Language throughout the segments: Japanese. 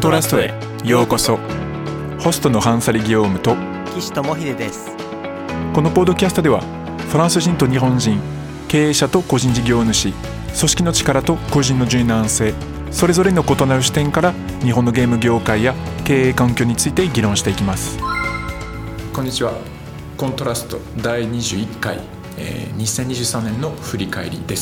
トラストへようこそ。ホストのハンサリ・ギヨームと岸智秀です。 このポッドキャストではフランス人と日本人、経営者と個人事業主、組織の力と個人の柔軟性、それぞれの異なる視点から日本のゲーム業界や経営環境について議論していきます。こんにちは。コントラスト第21回、2023年の振り返りです。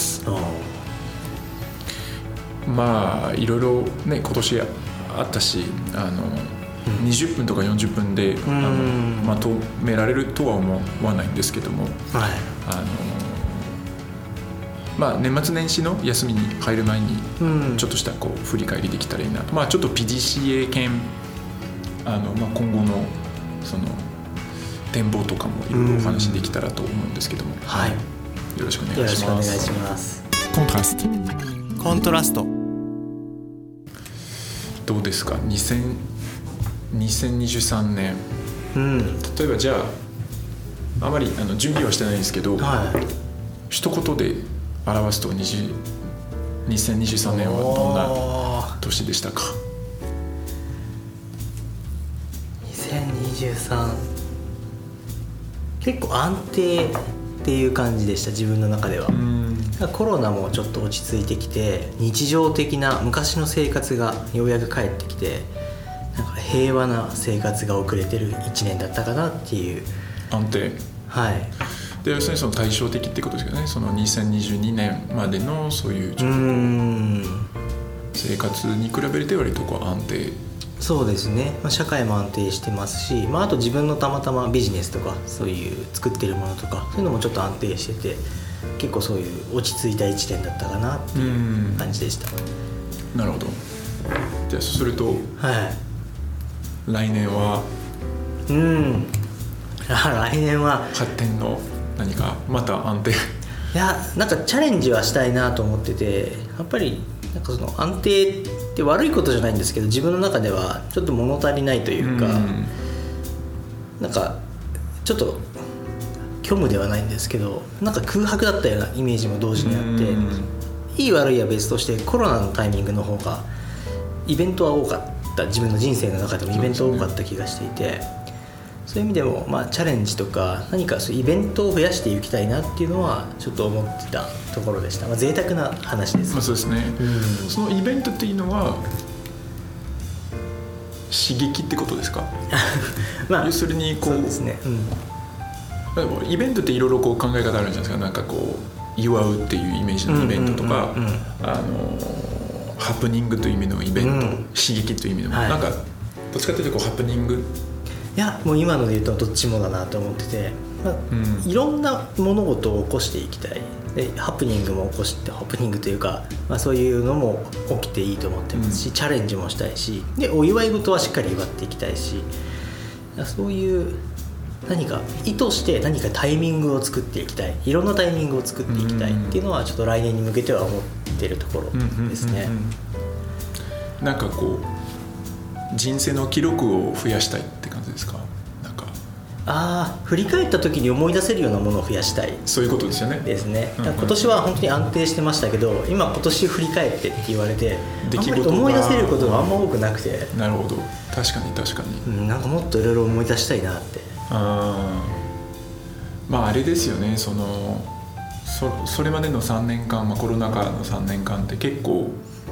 まあいろいろね今年あったし、20分とか40分でまとめられるとは思わないんですけども、 はい、 まあ、年末年始の休みに入る前にちょっとしたこう振り返りできたらいいなと、まあ、ちょっと PDCA 兼まあ、今後のその展望とかもいろいろお話できたらと思うんですけども、 はい、 よろしくお願いします。 よろしくお願いします。 コントラスト。 コントラストどうですか2023年、例えばじゃああまり準備はしてないんですけど、 はい、 一言で表すと2023年はどんな年でしたか ？2023結構安定っていう感じでした、自分の中では。コロナもちょっと落ち着いてきて、日常的な昔の生活がようやく帰ってきて、なんか平和な生活が送れてる1年だったかなっていう。 安定。 はい。 で要するにその対照的ってことですけどね、その2022年までのそういう生活に比べて割とこう安定。 そうですね、社会も安定してますし、あと自分のたまたまビジネスとかそういう作ってるものとかそういうのもちょっと安定してて、結構そういう落ち着いた1年だったかなっていう感じでした。 なるほど。じゃあそうすると、 はい、 来年は来年は発展の何かまた安定。いや、なんかチャレンジはしたいなと思ってて、やっぱりなんかその安定って悪いことじゃないんですけど、自分の中ではちょっと物足りないというか、なんかちょっと虚無ではないんですけど、なんか空白だったようなイメージも同時にあって、いい悪いは別としてコロナのタイミングの方がイベントは多かった、自分の人生の中でもイベント多かった気がしていて、そういう意味でも、チャレンジとか何かそういうイベントを増やしていきたいなっていうのはちょっと思ってたところでした。贅沢な話です。 そうですね。そのイベントっていうのは刺激ってことですか？要するにこう、 そうですね、 イベントっていろいろこう考え方あるんじゃないですか。なんかこう祝うっていうイメージのイベントとか、ハプニングという意味のイベント、刺激という意味の、なんかどっちかというとこうハプニング、 いやもう今ので言うとどっちもだなと思ってて、いろんな物事を起こしていきたい。でハプニングも起こして、ハプニングというか、そういうのも起きていいと思ってますし、チャレンジもしたいし、でお祝い事はしっかり祝っていきたいし、そういう何か意図して何かタイミングを作っていきたい、いろんなタイミングを作っていきたいっていうのはちょっと来年に向けては思っているところですね。 なんかこう人生の記録を増やしたいって感じですか？ 振り返った時に思い出せるようなものを増やしたい。 そういうことですよね。 ですね。今年は本当に安定してましたけど、今年振り返ってって言われて、 出来事が思い出せることがあんま多くなくて。 なるほど。確かに、 なんかもっといろいろ思い出したいなって。 あれですよね。それまでの3年間、コロナ禍の3年間って結構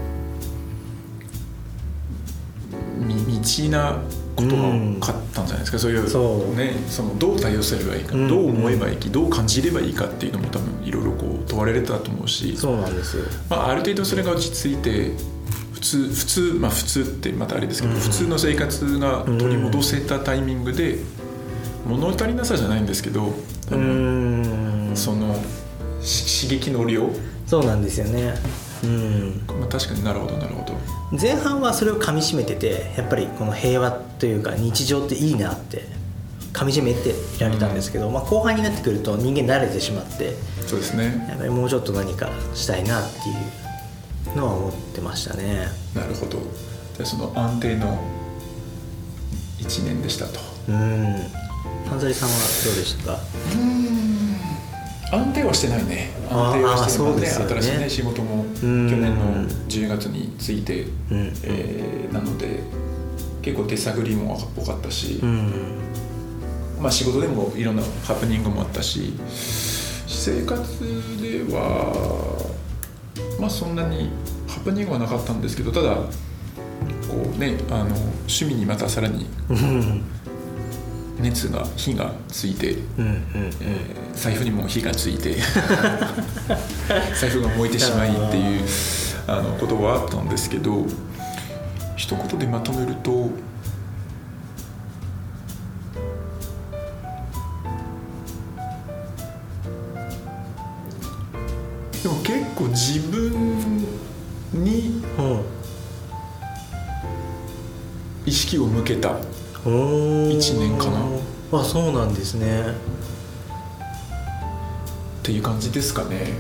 未知なことが多かったんじゃないですか。そういうね、そのどう対応すればいいか、どう思えばいいか、どう感じればいいかっていうのも多分いろいろこう問われたと思うし、 そうなんですよ。 ある程度それが落ち着いて普通ってまたあれですけど、普通の生活が取り戻せたタイミングで、物足りなさじゃないんですけど、その刺激の量、 そうなんですよね。 確かに。なるほど。 前半はそれを噛み締めてて、やっぱりこの平和というか日常っていいなって噛み締めていられたんですけど、後半になってくると人間慣れてしまって、 そうですね、 やっぱりもうちょっと何かしたいなっていうのは思ってましたね。 なるほど。じゃあその安定の1年でしたと。 ハンザリさんはどうでしたか？ 安定はしてないね。安定はしてないね。新しいね仕事も去年の10月について、なので結構手探りも多かったし、まあ仕事でもいろんなハプニングもあったし、生活ではまあそんなにハプニングはなかったんですけど、ただこうね趣味にまたさらに火がついて、財布にも火がついて財布が燃えてしまいっていうことはあったんですけど、一言でまとめるとでも結構自分に意識を向けた1年かな。 あ、そうなんですねっていう感じですかね。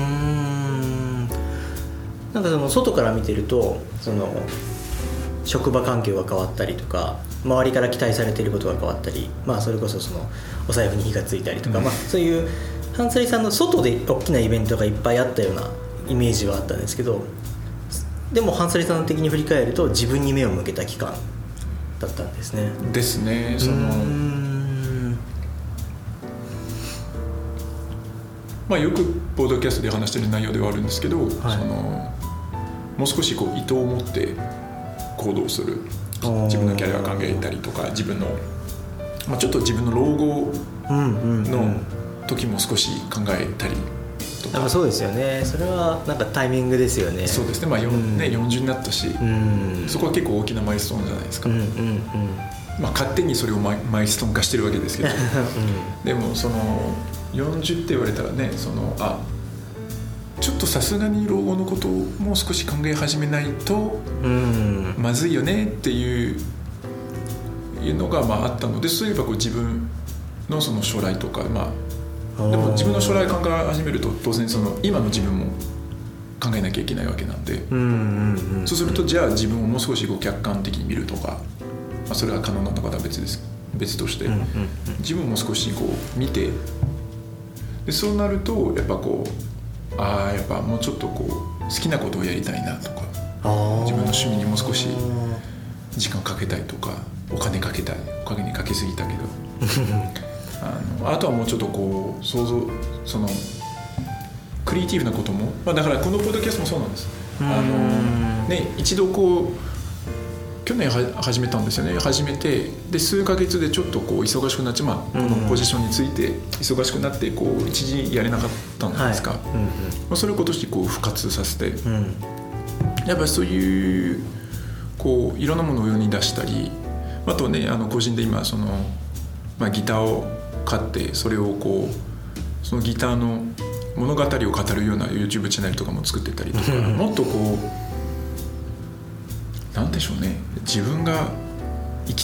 なんかその外から見てるとその職場環境が変わったりとか、周りから期待されていることが変わったり、まあそれこそそのお財布に火がついたりとか、まあそういうハンサリさんの外で大きなイベントがいっぱいあったようなイメージはあったんですけど、でもハンサリさん的に振り返ると自分に目を向けた期間だったんですね。 ですね。まあ、よくポッドキャストで話している内容ではあるんですけど、もう少しこう意図を持って行動する、自分のキャリアを考えたりとか、自分の、まあ、ちょっと自分の老後の時も少し考えたりとか。 そうですよね。それはなんかタイミングですよね。 そうですね。まあ40になったし、そこは結構大きなマイルストーンじゃないですか。まあ、勝手にそれをマイルストーン化してるわけですけど、でもその40って言われたらね、ちょっとさすがに老後のことをもう少し考え始めないとまずいよねっていうのがまああったので、そういえばこう自分のその将来とか、まあでも自分の将来考え始めると当然その今の自分も考えなきゃいけないわけなんで、そうするとじゃあ自分をもう少しこう客観的に見るとか、まあ、それは可能なのかは別として、自分も少しこう見て、でそうなるとやっぱこうやっぱもうちょっとこう好きなことをやりたいなとか、自分の趣味にもう少し時間をかけたいとか、お金かけたい、お金にかけすぎたけどあとはもうちょっとこうそのクリエイティブなことも、まあ、だからこのポッドキャストもそうなんです。一度こう去年始めたんですよね。始めてで数ヶ月でちょっとこう忙しくなっちゃう、まあ、このポジションについて忙しくなってこう一時やれなかったんですか、まあ、それを今年こう復活させて、やっぱりそういうこういろんなものを世に出したり、あとね個人で今その、まあ、ギターを買ってそれをこうそのギターの物語を語るような YouTube チャンネルとかも作ってたりとか、もっとこうなんでしょうね、自分が生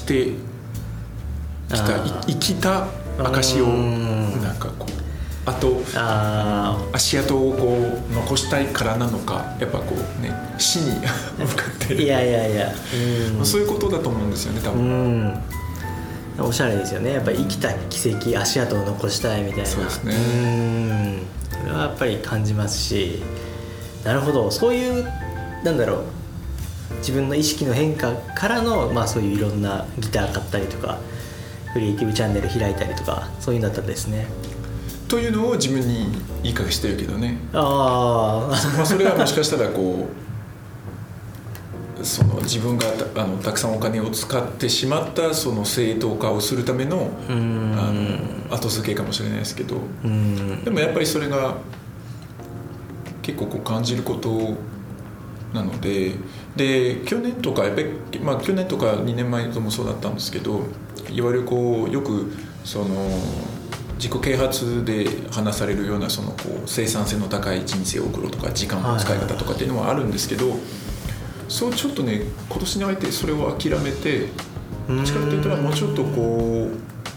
きた証をなんかこう足跡をこう残したいからなのか、やっぱこうね死に向かっていやそういうことだと思うんですよね、多分。 おしゃれですよね。やっぱり生きた軌跡、足跡を残したいみたいな。 そうですね。 それはやっぱり感じますし、なるほど、そういうなんだろう、自分の意識の変化からの、まあ、そういういろんなギター買ったりとかクリエイティブチャンネル開いたりとか、そういうのだったんですね。 というのを自分に言いかけしてるけどね。 まあ、それはもしかしたらこうその自分がたくさんお金を使ってしまったその正当化をするための後付けかもしれないですけど、でもやっぱりそれが結構こう感じることなので、去年とかやっぱり、まあ、去年とか2年前ともそうだったんですけど、いわゆるこうよくその自己啓発で話されるようなそのこう生産性の高い人生を送ろうとか時間の使い方とかっていうのはあるんですけど、そうちょっとね今年に入ってそれを諦めて、どっちかというともうちょっとこう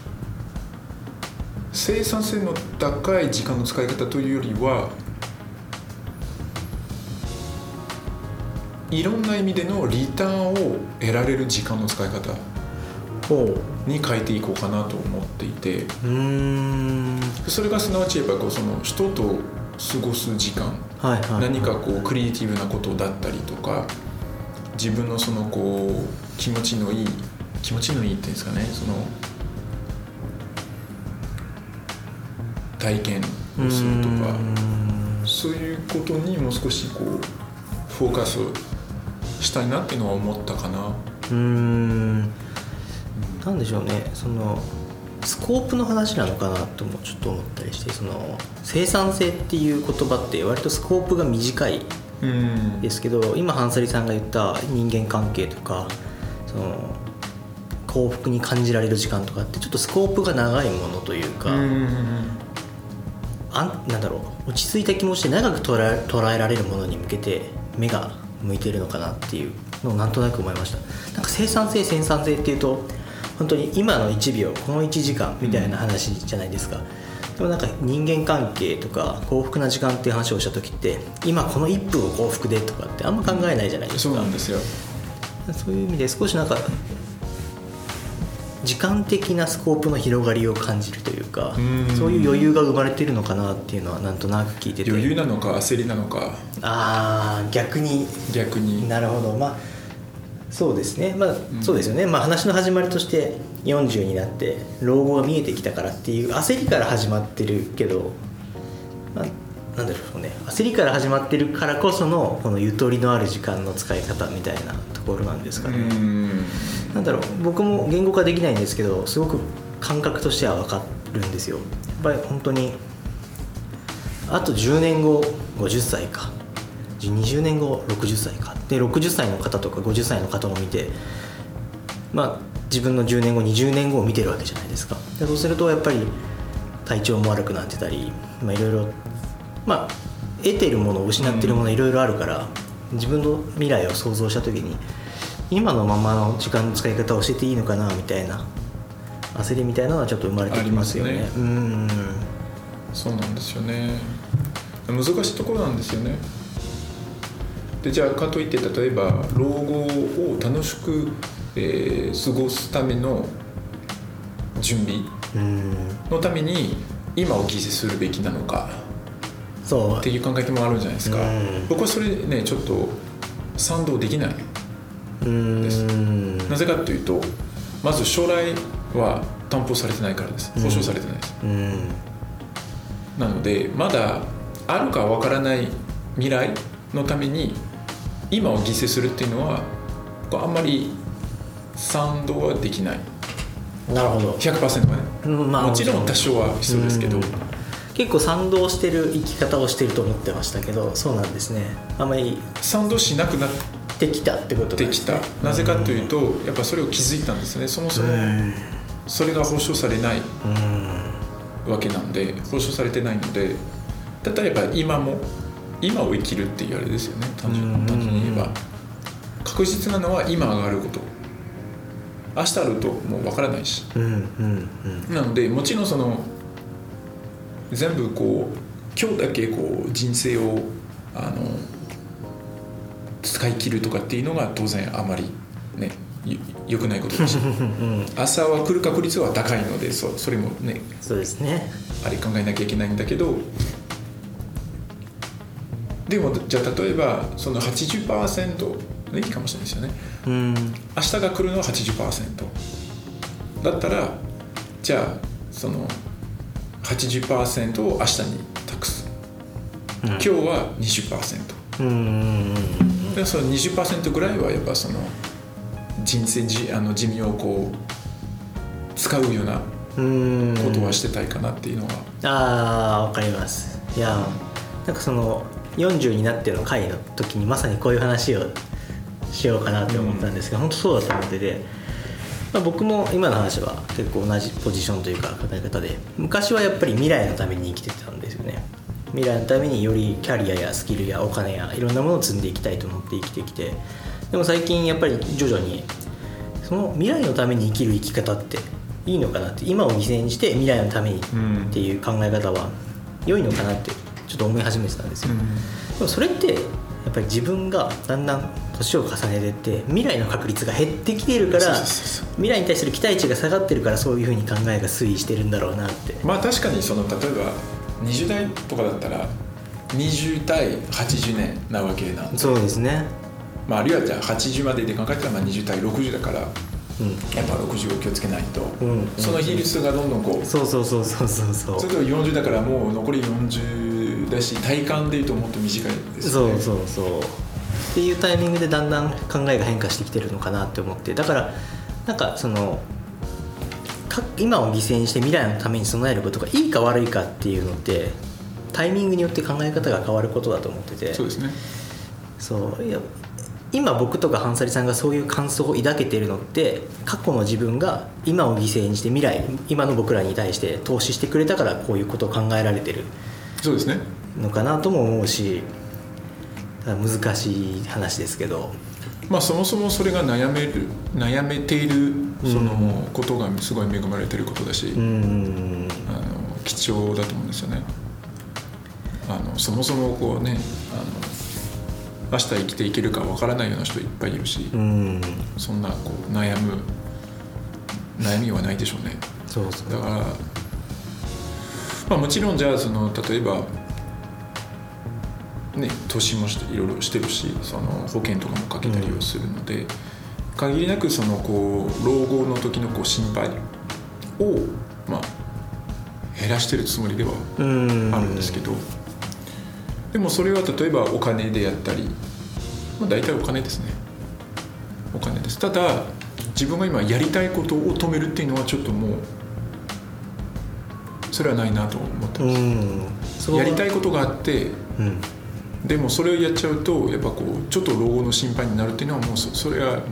生産性の高い時間の使い方というよりは、いろんな意味でのリターンを得られる時間の使い方に変えていこうかなと思っていて、 それがすなわちやっぱこうその人と過ごす時間、 はいはい、 何かこうクリエイティブなことだったりとか、自分のそのこう気持ちのいいっていうんですかね、その体験をするとか、そういうことにもう少しこうフォーカスしたいなっていうのは思ったかな。 なんでしょうね、そのスコープの話なのかなともちょっと思ったりして、その生産性っていう言葉って割とスコープが短いですけど、今ハンサリさんが言った人間関係とかその幸福に感じられる時間とかってちょっとスコープが長いものというか、なんだろう、落ち着いた気持ちで長く捉えられるものに向けて目が向いてるのかなっていうのをなんとなく思いました。なんか生産性っていうと本当に今の1秒この1時間みたいな話じゃないですか、でもなんか人間関係とか幸福な時間っていう話をした時って今この1分を幸福でとかってあんま考えないじゃないですか。 そうなんですよ。 そういう意味で少しなんか時間的なスコープの広がりを感じるというか、そういう余裕が生まれているのかなっていうのはなんとなく聞いてて、 余裕なのか焦りなのか、 逆になるほど、まあそうですね、まあそうですよね、まあ話の始まりとして40になって老後が見えてきたからっていう焦りから始まってるけど、まあなんだろうね、焦りから始まってるからこそのこのゆとりのある時間の使い方みたいなところなんですかね。なんだろう、僕も言語化できないんですけど、すごく感覚としては分かるんですよ。やっぱり本当にあと10年後50歳か20年後60歳かで、60歳の方とか50歳の方を見て、まあ自分の10年後20年後を見てるわけじゃないですか。でそうするとやっぱり体調も悪くなってたり、いろいろまあ得てるもの失ってるものいろいろあるから、自分の未来を想像した時に今のままの時間の使い方を教えていいのかなみたいな焦りみたいなのはちょっと生まれてきますよね。 そうなんですよね。難しいところなんですよね。でじゃあかといって例えば老後を楽しく、過ごすための準備のために今を犠牲するべきなのかっていう考え方もあるんじゃないですか。僕はそれねちょっと賛同できないです。なぜかというと、まず将来は担保されてないからです。保証されてないです。なのでまだあるかわからない未来のために今を犠牲するっていうのはあんまり賛同はできない。 なるほど。 100% はね、もちろん多少は必要ですけど、 結構賛同してる生き方をしてると思ってましたけど、そうなんですね。あんまり賛同しなくなってきたってことですね。 なぜかというとやっぱそれを気づいたんですね。そもそもそれが保証されないわけなんで、保証されてないので、例えば今を生きるっていうあれですよね。単純に言えば確実なのは今があること、明日あるともう分からないし、なのでもちろんその全部こう今日だけこう人生を使い切るとかっていうのが当然あまりね良くないことだし朝は来る確率は高いので、それもね、 そうですね、 あれ考えなきゃいけないんだけど、でもじゃあ例えばその 80% いいかもしれないですよね。明日が来るのは 80% だったら、じゃあその 80% を明日に託す、今日は 20%、でその 20% ぐらいはやっぱその人生寿命をこう使うようなことはしてたいかなっていうのは。 わかります。いやなんかその40になっての回の時にまさにこういう話をしようかなって思ったんですけど、本当そうだと思ってて、僕も今の話は結構同じポジションというか考え方で、昔はやっぱり未来のために生きてたんですよね。未来のためによりキャリアやスキルやお金やいろんなものを積んでいきたいと思って生きてきて、でも最近やっぱり徐々にその未来のために生きる生き方っていいのかなって、今を犠牲にして未来のためにっていう考え方は良いのかなってちょっと思い始めてたんですよ。でもそれってやっぱり自分がだんだん年を重ねてって未来の確率が減ってきてるから、未来に対する期待値が下がってるから、そういうふうに考えが推移してるんだろうなって。 まあ確かに例えば20代とかだったら20対80年なわけなんで、 そうですね、 まあ、あるいはじゃあ80までで考えたらまあ20対60だから、やっぱ60を気をつけないと、その比率がどんどんこう、 そうそれと 40だからもう残り40だし、体感でいうともっと短いですね。 そうっていうタイミングでだんだん考えが変化してきてるのかなって思って、だからなんか今を犠牲にして未来のために備えることがいいか悪いかっていうのってタイミングによって考え方が変わることだと思ってて、 そうですね。 いや今僕とかハンサリさんがそういう感想を抱けているのって、過去の自分が今を犠牲にして今の僕らに対して投資してくれたからこういうことを考えられてるのかなとも思うし、難しい話ですけど、 まあ、そもそもそれが悩めているそのことがすごい恵まれていることだし、貴重だと思うんですよね。そもそもこうね、明日生きていけるかわからないような人いっぱいいるし、そんなこう悩みはないでしょうね。だから、まあ、もちろんじゃあ例えばね、投資もいろいろしてるし、保険とかもかけたりをするので、限りなくこう老後の時のこう心配を、まあ、減らしてるつもりではあるんですけど、でもそれは例えばお金でやったり、まあ、大体お金ですね。お金です。ただ自分が今やりたいことを止めるっていうのはちょっともうそれはないなと思ってます。やりたいことがあって、でもそれをやっちゃうとやっぱこうちょっと老後の心配になるっていうのはもうそれはもう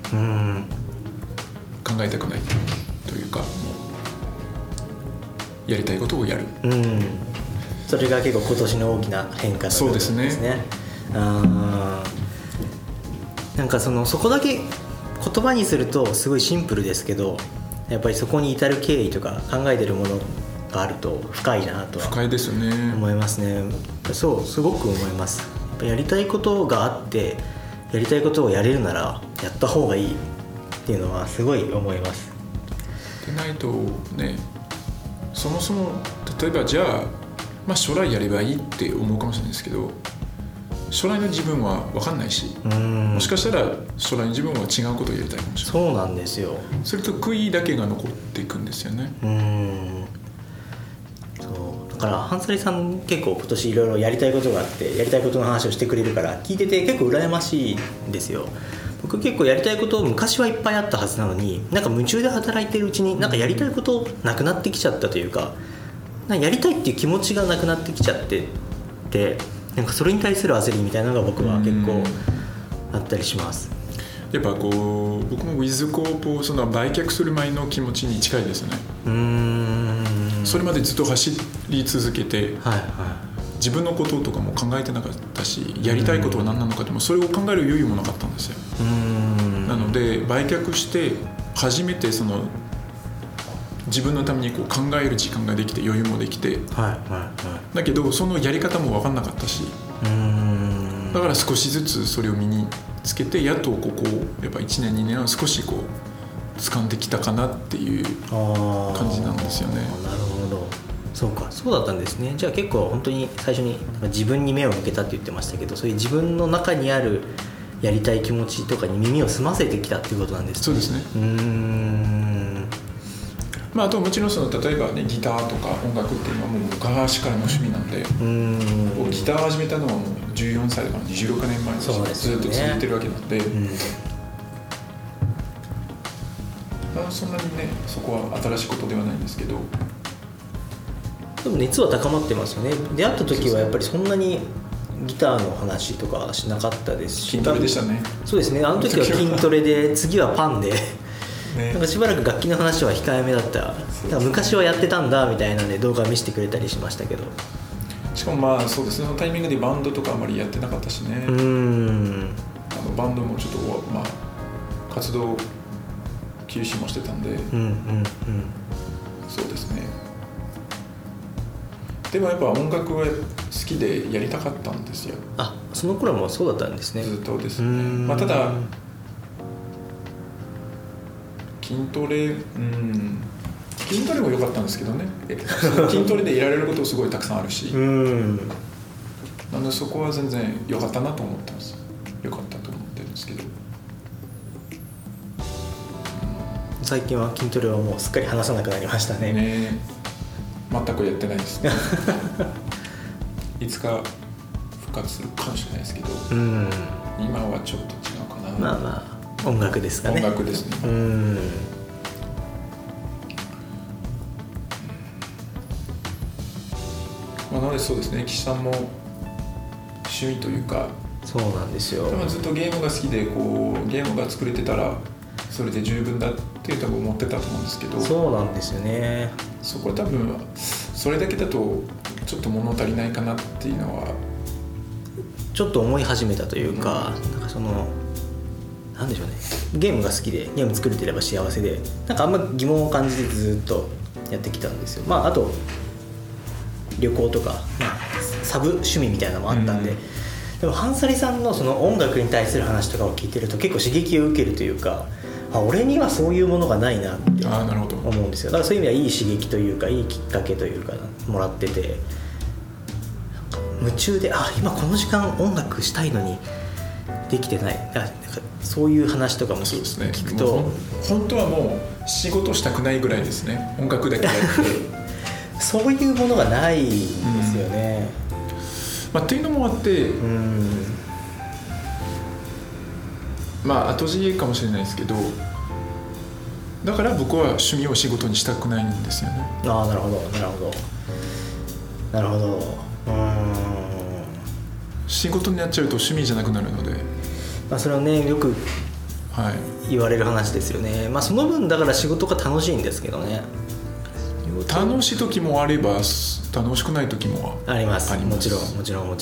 考えたくないというか、もうやりたいことをやる。 それが結構今年の大きな変化だったんですね。そうですね。なんかそこだけ言葉にするとすごいシンプルですけど、やっぱりそこに至る経緯とか考えてるものがあると深いなとは深いですね。 思いますね。そうすごく思います。やっぱやりたいことがあってやりたいことをやれるならやった方がいいっていうのはすごい思います。 でないとね、そもそも例えばじゃあ、まあ、将来やればいいって思うかもしれないですけど、将来の自分は分かんないし、もしかしたら将来の自分は違うことをやりたいかもしれない。 そうなんですよ。 それと悔いだけが残っていくんですよね。 そうだからハンサリさん結構今年いろいろやりたいことがあってやりたいことの話をしてくれるから聞いてて結構羨ましいんですよ。僕結構やりたいこと昔はいっぱいあったはずなのに、なんか夢中で働いてるうちになんかやりたいことなくなってきちゃったというか、なんかやりたいっていう気持ちがなくなってきちゃってて、なんかそれに対する焦りみたいなのが僕は結構あったりします。 やっぱこう僕もウィズコープを売却する前の気持ちに近いですね。それまでずっと走り続けて、自分のこととかも考えてなかったし、やりたいことは何なのかでもそれを考える余裕もなかったんですよ。なので売却して初めて自分のためにこう考える時間ができて余裕もできて、だけどそのやり方も分かんなかったし、だから少しずつそれを身につけてやっとここやっぱ1年2年は少しこう掴んできたかなっていう感じなんですよね。 なるほど。そうか、そうだったんですね。じゃあ結構本当に最初に自分に目を向けたって言ってましたけど、そういう自分の中にあるやりたい気持ちとかに耳を澄ませてきたっていうことなんですね。 そうですね。まあ、あともちろん例えばねギターとか音楽っていうのはもう昔からの趣味なんで、ギターを始めたのはもう14歳だから26年前です、ずっと続いてるわけなんで、まあ、そんなにねそこは新しいことではないんですけど、 でも熱は高まってますよね。出会った時はやっぱりそんなにギターの話とかしなかったですし、 筋トレでしたね。 そうですね、あの時は筋トレで次はパンでなんかしばらく楽器の話は控えめだった。だから昔はやってたんだみたいなので動画見せてくれたりしましたけど、 しかもまあそうですね、そのタイミングでバンドとかあんまりやってなかったしね。バンドもちょっとまあ活動休止もしてたんで、そうですね。でもやっぱ音楽は好ききでやりたかったんですよ。 あ、その頃もそうだったんですね。 ずっとですね。ただ筋トレも良かったんですけどね筋トレでいられることすごいたくさんあるしなのでそこは全然良かったなと思ってます。良かったと思ってるんですけど、 最近は筋トレはもうすっかり話さなくなりましたね。 全くやってないですねいつか復活するかもしれないですけど、今はちょっと違うかな。 まあまあ音楽ですかね。 音楽ですね。なのでそうですね、岸さんも趣味というか、 そうなんですよ。 ずっとゲームが好きでこうゲームが作れてたらそれで十分だって多分思ってたと思うんですけど、 そうなんですよね。 そこは多分それだけだとちょっと物足りないかなっていうのはちょっと思い始めたというか、なんかそのなんでしょうね、ゲームが好きでゲーム作れてれば幸せで、なんかあんま疑問を感じてずっとやってきたんですよ。あと旅行とか、サブ趣味みたいなのもあったんで、でもハンサリさんのその音楽に対する話とかを聞いてると結構刺激を受けるというか、俺にはそういうものがないなって思うんですよ。だからそういう意味はいい刺激というかいいきっかけというかもらってて、夢中で今この時間音楽したいのにできてない、なんかそういう話とかも聞くと、 本当はもう仕事したくないぐらいですね、音楽だけやってそういうものがないんですよね。 っていうのもあって、後知恵かもしれないですけど、だから僕は趣味を仕事にしたくないんですよね。 なるほど。 仕事になっちゃうと趣味じゃなくなるので、 それはねよく言われる話ですよね。その分だから仕事が楽しいんですけどね。 楽しい時もあれば楽しくない時もあります。もちろん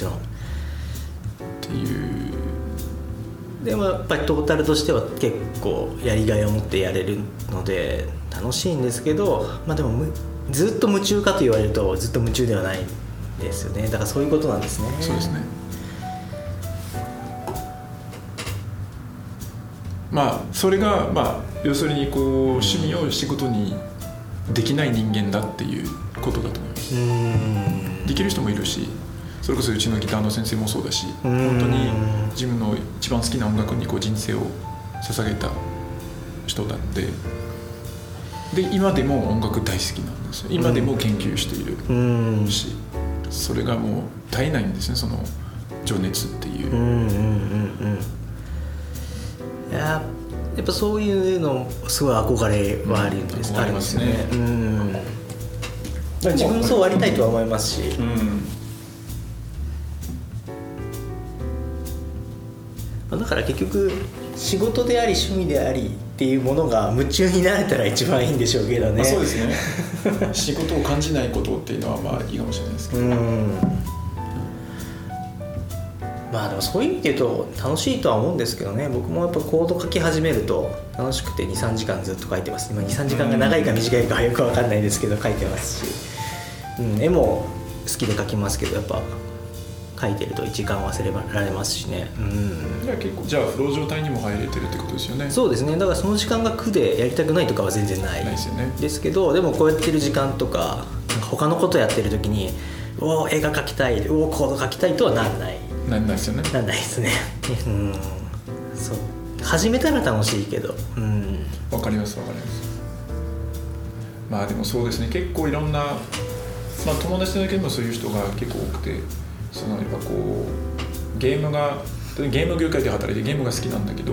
っていう。 でもやっぱりトータルとしては結構やりがいを持ってやれるので楽しいんですけど、でもずっと夢中かと言われるとずっと夢中ではないんですよね。だからそういうことなんですね。 そうですね。それが要するにこう趣味を仕事にできない人間だっていうことだと思います。できる人もいるし、それこそうちのギターの先生もそうだし、本当に自分の一番好きな音楽にこう人生を捧げた人だって、で今でも音楽大好きなんですよ。今でも研究しているし、それがもう絶えないんですね、その情熱っていう。 やっぱそういうのすごい憧れはあるんですよね。自分もそうありたいとは思いますし、だから結局仕事であり趣味でありっていうものが夢中になれたら一番いいんでしょうけどね。 そうですね仕事を感じないことっていうのはいいかもしれないですけど、 でもそういう意味で言うと楽しいとは思うんですけどね。僕もやっぱコード書き始めると楽しくて 2,3 時間ずっと書いてます。今 2,3 時間が長いか短いかはよく分かんないですけど書いてますし、絵も好きで描きますけどやっぱ描いてると1時間忘れられますしね。 じゃあフロー状態にも入れてるってことですよね。 そうですね。だからその時間が苦でやりたくないとかは全然ないですけど、でもこうやってる時間とか他のことやってる時に映画描きたい、コード描きたいとはなんないですよね。 なんないですねそう始めたら楽しいけど、 わかりますでもそうですね、結構いろんな、友達だけでもそういう人が結構多くて、やっぱこうゲーム業界で働いてゲームが好きなんだけど、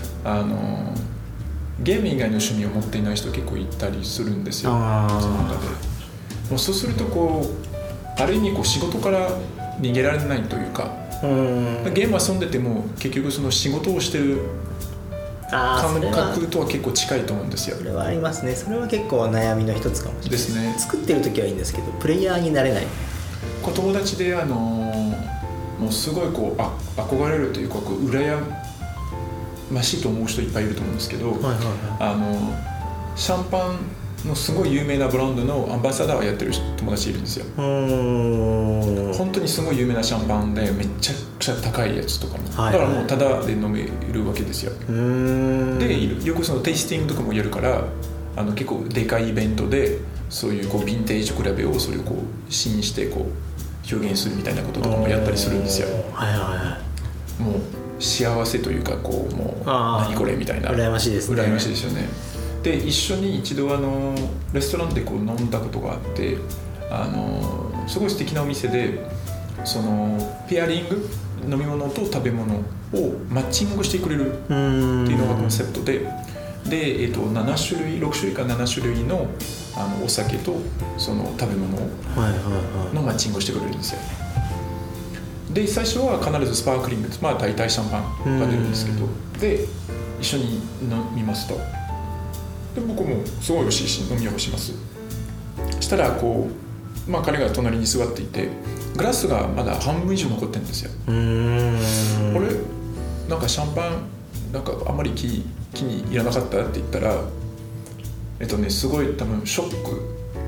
ゲーム以外の趣味を持っていない人結構いたりするんですよ。その中でもうそうするとこうある意味こう仕事から逃げられないというか、ゲーム遊んでても結局その仕事をしてる感覚とは結構近いと思うんですよ。 それはありますね。それは結構悩みの一つかもしれないですね。 作ってる時はいいんですけどプレイヤーになれない。 友達でもうすごいこう憧れるというかこう羨ましいと思う人いっぱいいると思うんですけど、シャンパンのすごい有名なブランドのアンバサダーをやってる友達いるんですよ。本当にすごい有名なシャンパンでめちゃくちゃ高いやつとかも、だからもうタダで飲めるわけですよ。でよくそのテイスティングとかもやるから、結構でかいイベントでそういうこうヴィンテージ比べをそれをこう試飲してこう表現するみたいなこととかもやったりするんですよ。もう幸せというかこうもう何これみたいな。 羨ましいですね。 羨ましいですよね。で一緒に一度レストランでこう飲んだことがあって、すごい素敵なお店でそのペアリング飲み物と食べ物をマッチングしてくれるっていうのがコンセプトで、7種類6種類か7種類のお酒とその食べ物のマッチングをしてくれるんですよ。で最初は必ずスパークリング、まあ大体シャンパンが出るんですけど、で一緒に飲みますと。で僕もすごい美味しいし飲み干します。したらこう、まあ、彼が隣に座っていてグラスがまだ半分以上残ってるんですよ。これなんかシャンパンなんかあんまり気に入らなかったって言ったらすごい多分ショック、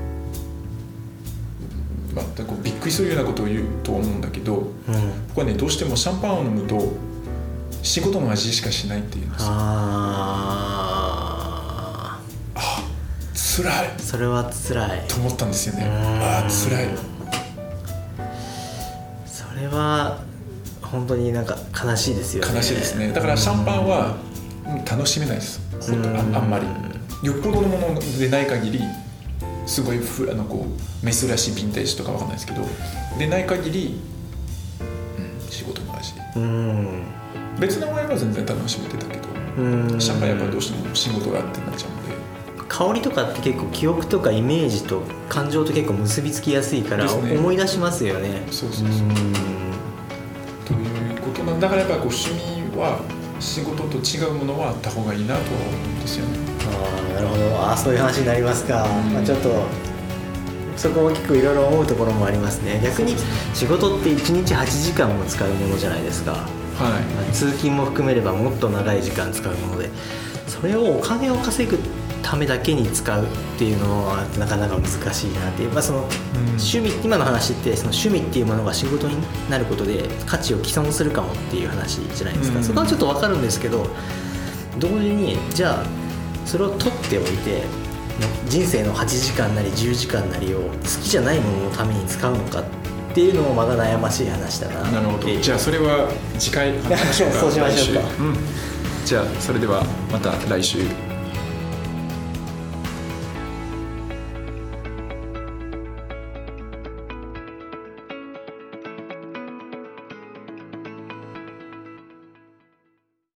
こうびっくりするようなことを言うと思うんだけど、僕はねどうしてもシャンパンを飲むと仕事の味しかしないって言うんですよ。辛い。それは辛いと思ったんですよね。辛い。 それは本当になんか悲しいですよね。 悲しいですね。だからシャンパンは楽しめないです。本当あんまりよっぽどのものでない限りすごいこう珍しいヴィンテージとかわかんないですけどでない限り、仕事の味。別の場合は全然楽しめてたけどシャンパンやっぱどうしても仕事があってなっちゃうんで。 香りとかって結構記憶とかイメージと感情と結構結びつきやすいから思い出しますよね。 そうということなんだからやっぱこう趣味は仕事と違うものはあった方がいいなと思うんですよね。 なるほど。そういう話になりますか。ちょっとそこ大きくいろいろ思うところもありますね。逆に仕事って1日8時間も使うものじゃないですか。通勤も含めればもっと長い時間使うもので、それをお金を稼ぐためだけに使うっていうのはなかなか難しいなっていう、その趣味、今の話ってその趣味っていうものが仕事になることで価値を毀損するかもっていう話じゃないですか。そこはちょっと分かるんですけど、同時にじゃあそれを取っておいて人生の8時間なり10時間なりを好きじゃないもののために使うのかっていうのもまだ悩ましい話だな。 なるほど。じゃあそれは次回話しましょうか。 そうしましょうか。 じゃあそれではまた来週。